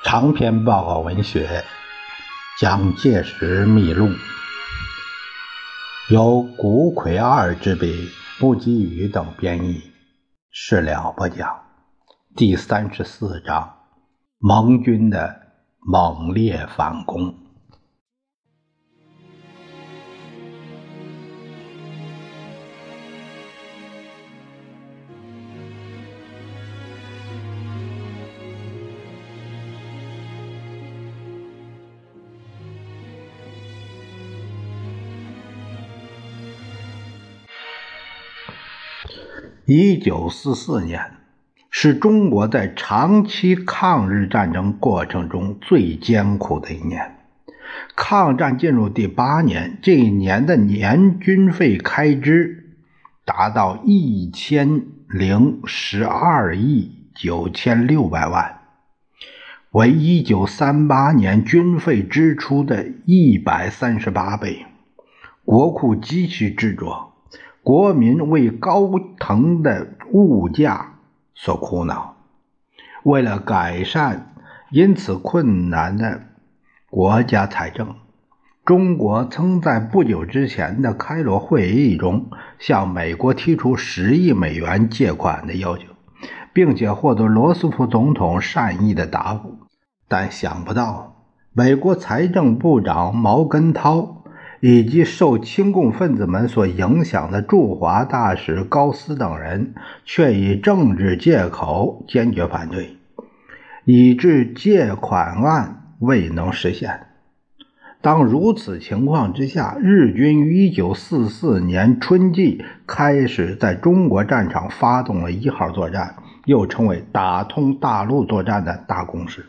长篇报告文学《蒋介石秘录》，由谷葵二之笔，木基宇等编译，事了不讲。第34章：盟军的猛烈反攻。1944年是中国在长期抗日战争过程中最艰苦的一年。抗战进入第8年，这一年的年军费开支达到1012亿9600万，为1938年军费支出的138倍。国库极其支着，国民为高腾的物价所苦恼。为了改善因此困难的国家财政，中国曾在不久之前的开罗会议中向美国提出10亿美元借款的要求，并且获得罗斯福总统善意的答复。但想不到美国财政部长毛根涛以及受亲共分子们所影响的驻华大使高斯等人却以政治借口坚决反对，以致借款案未能实现。当如此情况之下，日军于1944年春季开始在中国战场发动了1号作战，又称为打通大陆作战的大攻势。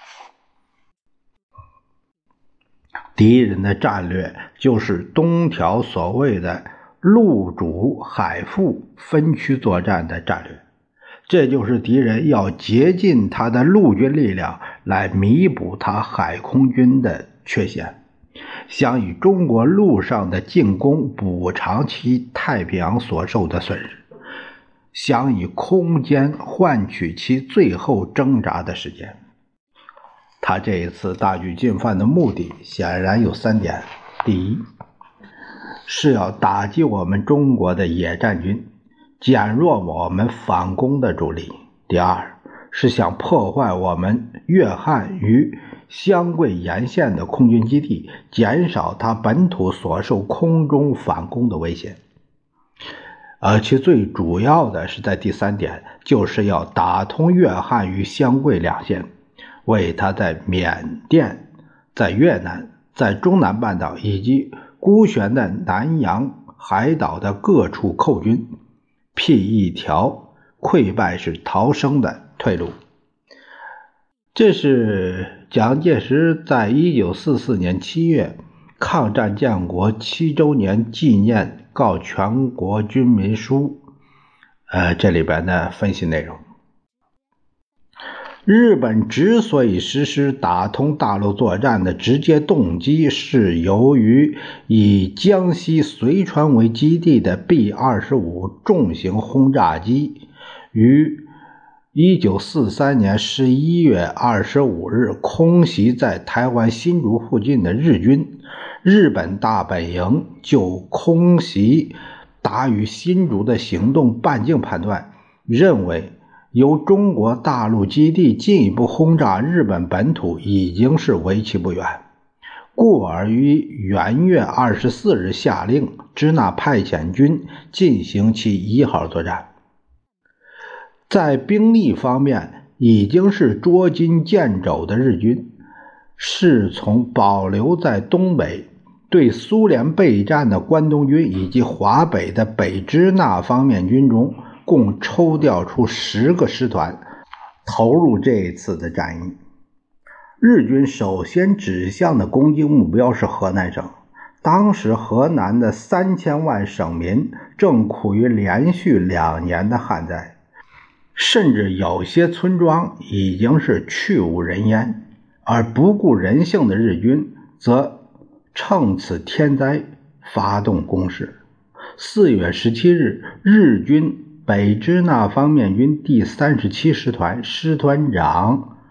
敌人的战略就是东条所谓的陆主海腹分区作战的战略，这就是敌人要竭尽他的陆军力量来弥补他海空军的缺陷，想以中国陆上的进攻补偿其太平洋所受的损失，想以空间换取其最后挣扎的时间。他这一次大举进犯的目的显然有3点：第一，是要打击我们中国的野战军，减弱我们反攻的主力；第二，是想破坏我们粤汉与湘桂沿线的空军基地，减少他本土所受空中反攻的危险。而其最主要的是在第3点，就是要打通粤汉与湘桂两线，为他在缅甸、在越南、在中南半岛以及孤悬的南洋海岛的各处寇军辟一条溃败式逃生的退路。这是蒋介石在1944年7月抗战建国7周年纪念告全国军民书这里边的分析内容。日本之所以实施打通大陆作战的直接动机，是由于以江西随川为基地的 B-25 重型轰炸机于1943年11月25日空袭在台湾新竹附近的日军，日本大本营就空袭打与新竹的行动半径判断，认为由中国大陆基地进一步轰炸日本本土已经是为期不远，故而于元月24日下令支那派遣军进行其1号作战。在兵力方面，已经是捉襟见肘的日军是从保留在东北对苏联备战的关东军以及华北的北支那方面军中共抽调出10个师团投入这一次的战役。日军首先指向的攻击目标是河南省，当时河南的3000万省民正苦于连续2年的旱灾，甚至有些村庄已经是去无人烟，而不顾人性的日军则趁此天灾发动攻势。4月17日，日军北支那方面军第37师团师团长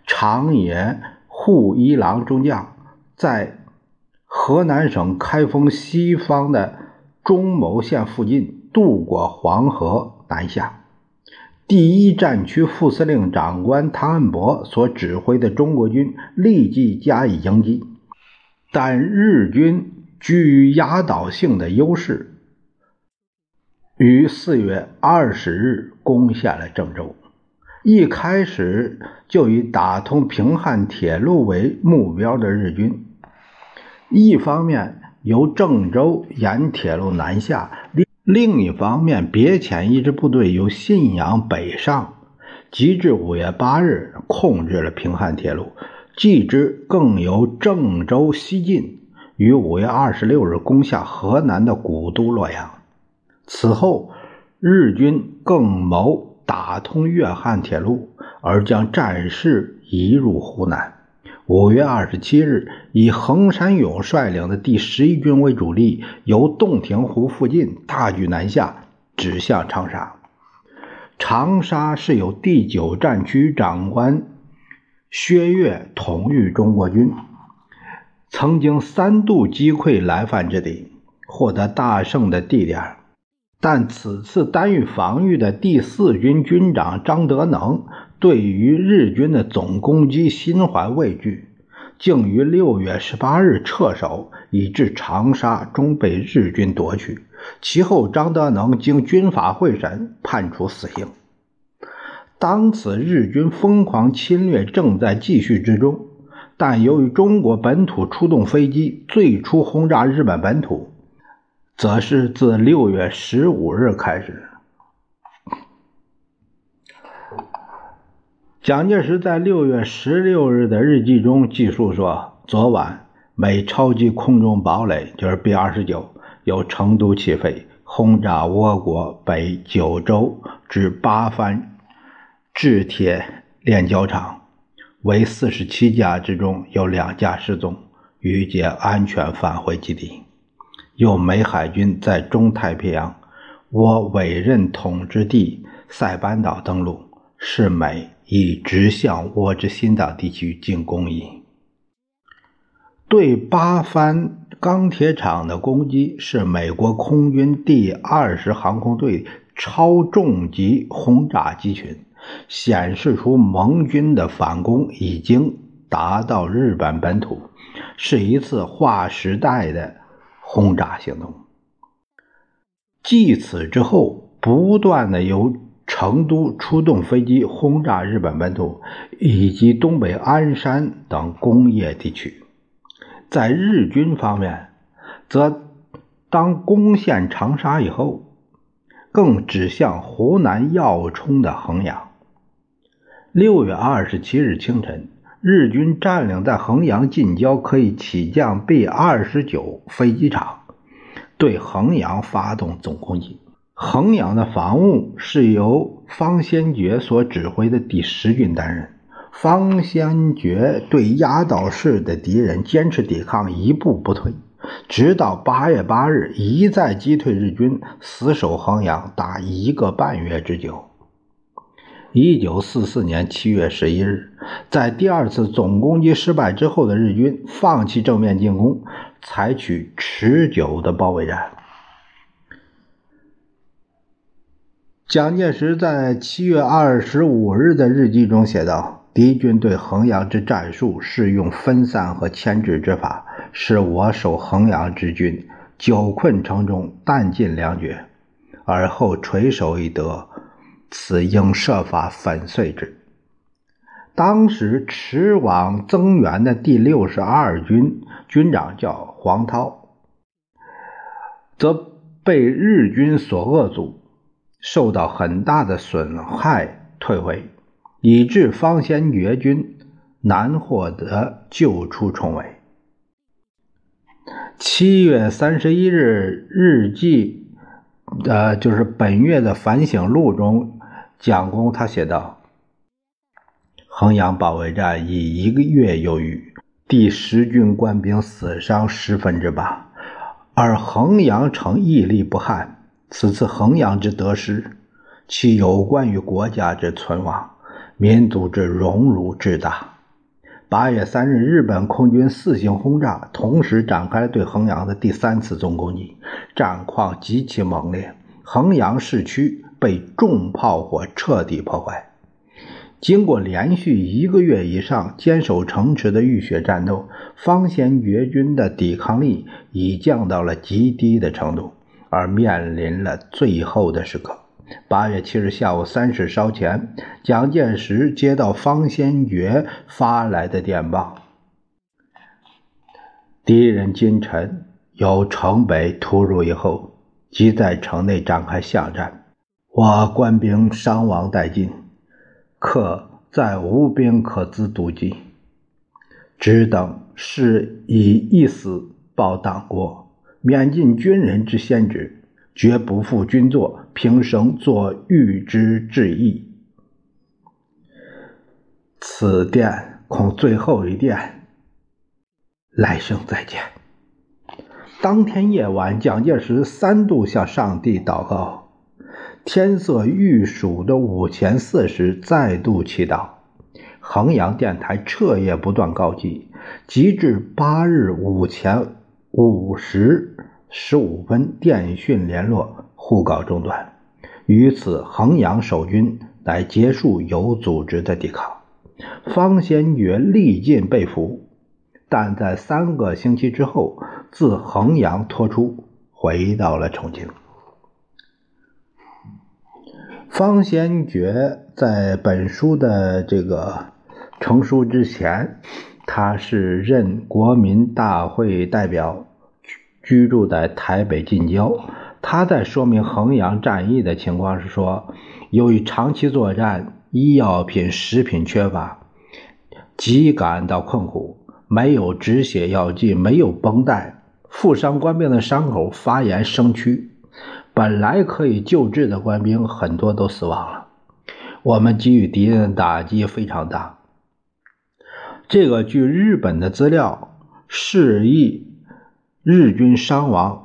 长野护一郎中将在河南省开封西方的中牟县附近渡过黄河南下。第一战区副司令长官汤恩伯所指挥的中国军立即加以迎击，但日军居于压倒性的优势，于4月20日攻下了郑州。一开始就以打通平汉铁路为目标的日军，一方面由郑州沿铁路南下，另一方面别遣一支部队由信阳北上，及至5月8日控制了平汉铁路，继之更由郑州西进，于5月26日攻下河南的古都洛阳。此后日军更谋打通粤汉铁路，而将战事移入湖南。5月27日，以横山勇率领的第11军为主力，由洞庭湖附近大举南下，指向长沙。长沙是由第9战区长官薛岳统御中国军，曾经3度击溃来犯之敌，获得大胜的地点。但此次担任防御的第4军军长张德能对于日军的总攻击心怀畏惧，竟于6月18日撤守，以致长沙终被日军夺去。其后张德能经军法会审，判处死刑。当此日军疯狂侵略正在继续之中，但由于中国本土出动飞机最初轰炸日本本土，则是自6月15日开始。蒋介石在6月16日的日记中记述说，昨晚美超级空中堡垒就是 B-29 由成都起飞，轰炸我国北9州至8番制铁炼胶厂，为47架之中有2架失踪，余皆安全返回基地。又美海军在中太平洋我委任统治地塞班岛登陆，是美已直向我之心岛地区进攻矣。对8番钢铁厂的攻击是美国空军第20航空队超重级轰炸机群，显示出盟军的反攻已经达到日本本土，是一次划时代的轰炸行动。继此之后，不断的由成都出动飞机轰炸日本本土以及东北鞍山等工业地区。在日军方面，则当攻陷长沙以后，更指向湖南要冲的衡阳。6月27日清晨，日军占领在衡阳近郊可以起降 B-29 飞机场，对衡阳发动总攻击。衡阳的防务是由方先觉所指挥的第10军担任。方先觉对压倒式的敌人坚持抵抗，一步不退，直到8月8日一再击退日军，死守衡阳达1个半月之久。1944年7月11日，在第2次总攻击失败之后的日军放弃正面进攻，采取持久的包围战。蒋介石在7月25日的日记中写道，敌军对衡阳之战术是用分散和牵制之法，使我守衡阳之军久困城中，弹尽粮绝，而后垂手以得，此应设法粉碎之。当时驰往增援的第62军军长叫黄涛，则被日军所扼阻，受到很大的损害，退回，以致方先觉军难获得救出重围。7月31日日记就是本月的反省录中，蒋公他写道，衡阳保卫战已1个月有余，第10军官兵死伤8%，而衡阳城屹立不撼。此次衡阳之得失，其有关于国家之存亡，民族之荣辱之大， 8月3日，日本空军4型轰炸同时展开了对衡阳的第3次总攻击，战况极其猛烈，衡阳市区被重炮火彻底破坏。经过连续1个月以上坚守城池的浴血战斗，方先觉军的抵抗力已降到了极低的程度，而面临了最后的时刻。8月7日下午3时稍前，蒋介石接到方先觉发来的电报：敌人今晨由城北突入以后，即在城内展开巷战，我官兵伤亡殆尽，可再无兵可资堵击，只等是以一死报党国，免尽军人之先职，绝不负军座，平生作御之至意。此电恐最后一电，来生再见。当天夜晚，蒋介石3度向上帝祷告，天色欲曙的午前4时再度祈祷。衡阳电台彻夜不断告急，及至8日午前5时15分，电讯联络互告中断。于此，衡阳守军乃结束有组织的抵抗。方先觉历尽被俘，但在3个星期之后，自衡阳脱出，回到了重庆。方先觉在本书的这个成书之前，他是任国民大会代表，居住在台北近郊。他在说明衡阳战役的情况是说，由于长期作战，医药品、食品缺乏，极感到困苦，没有止血药剂，没有绷带，负伤官兵的伤口发炎生蛆，本来可以救治的官兵很多都死亡了，我们给予敌人的打击非常大。这个据日本的资料示意，日军伤亡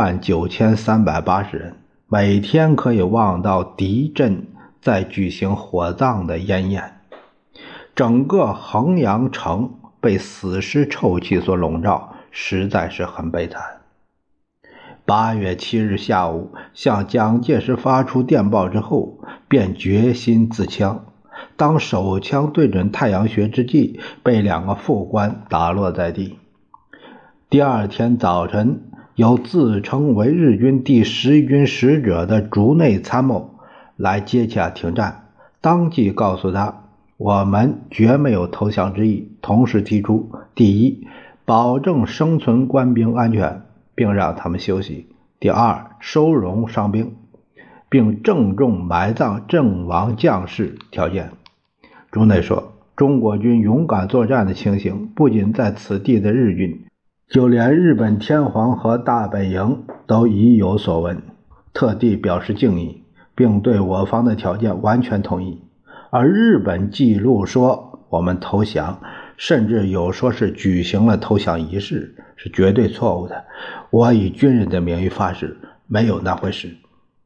19380人，每天可以望到敌阵在举行火葬的烟焰。整个衡阳城被死尸臭气所笼罩，实在是很悲惨。8月7日下午，向蒋介石发出电报之后，便决心自枪。当手枪对准太阳穴之际，被2个副官打落在地。第二天早晨，由自称为日军第11军使者的竹内参谋来接洽停战，当即告诉他，我们绝没有投降之意，同时提出：第一，保证生存官兵安全，并让他们休息；第二，收容伤兵，并郑重埋葬阵亡将士条件。竹内说，中国军勇敢作战的情形不仅在此地的日军，就连日本天皇和大本营都已有所闻，特地表示敬意，并对我方的条件完全同意。而日本记录说我们投降，甚至有说是举行了投降仪式，是绝对错误的。我以军人的名誉发誓，没有那回事。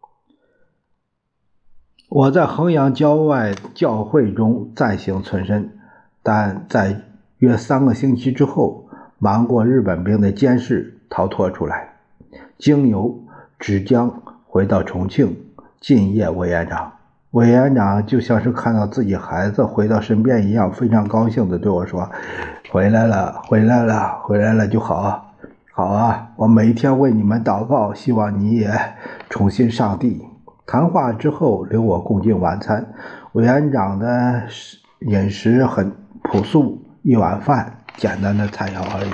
我在衡阳郊外教会中暂行存身，但在约3个星期之后，瞒过日本兵的监视逃脱出来，经由芷江回到重庆，进谒委员长。委员长就像是看到自己孩子回到身边一样，非常高兴地对我说，回来了，回来了，回来了就好啊，好啊，我每天为你们祷告，希望你也重信上帝。谈话之后，留我共进晚餐。委员长的饮食很朴素，一碗饭，简单的菜肴而已。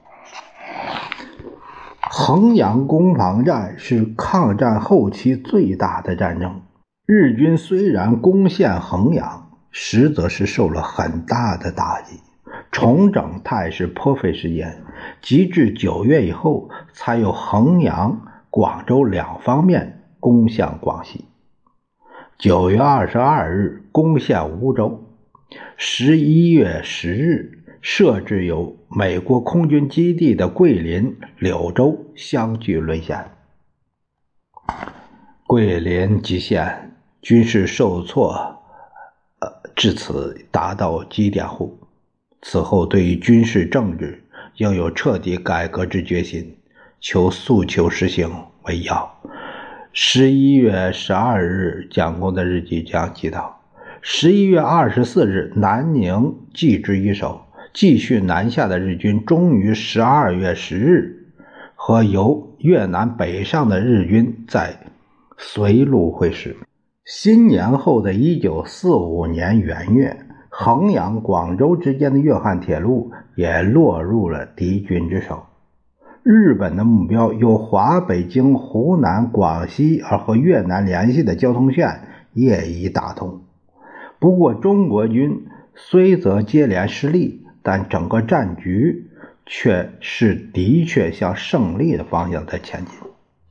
衡阳攻防战是抗战后期最大的战争。日军虽然攻陷衡阳，实则是受了很大的打击，重整态势颇费时间，及至9月以后，才有衡阳、广州2方面攻向广西。9月22日攻陷梧州，11月10日设置有美国空军基地的桂林、柳州相继沦陷。桂林极限，军事受挫至此达到极点户。 此后对于军事政治应有彻底改革之决心，求速求实行为要。11月12日，蒋公的日记这样记道：11月24日，南宁继之以守，继续南下的日军终于12月10日和由越南北上的日军在随路会师。新年后的1945年元月，衡阳、广州之间的粤汉铁路也落入了敌军之手。日本的目标由华北经湖南、广西而和越南联系的交通线也已打通。不过中国军虽则接连失利，但整个战局却是的确向胜利的方向在前进。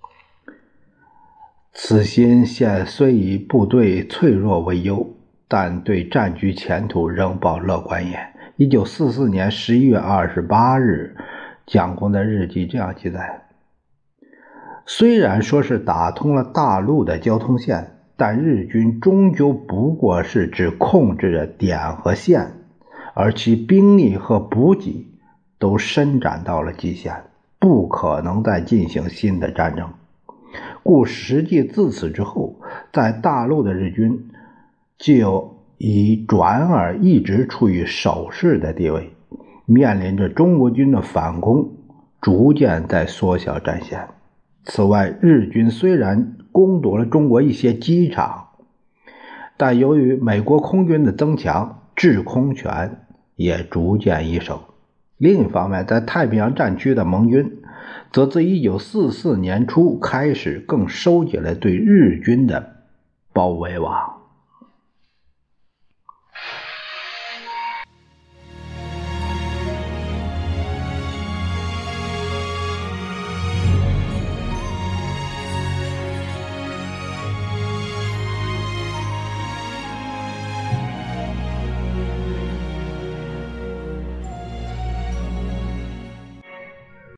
此心现虽以部队脆弱为忧，但对战局前途仍抱乐观也。1944年11月28日，蒋公的日记这样记载：虽然说是打通了大陆的交通线，但日军终究不过是只控制着点和线，而其兵力和补给都伸展到了极限，不可能再进行新的战争。故实际自此之后，在大陆的日军就已转而一直处于守势的地位，面临着中国军的反攻，逐渐在缩小战线。此外，日军虽然攻夺了中国一些机场，但由于美国空军的增强，制空权也逐渐易手。另一方面，在太平洋战区的盟军则自1944年初开始更收紧了对日军的包围网。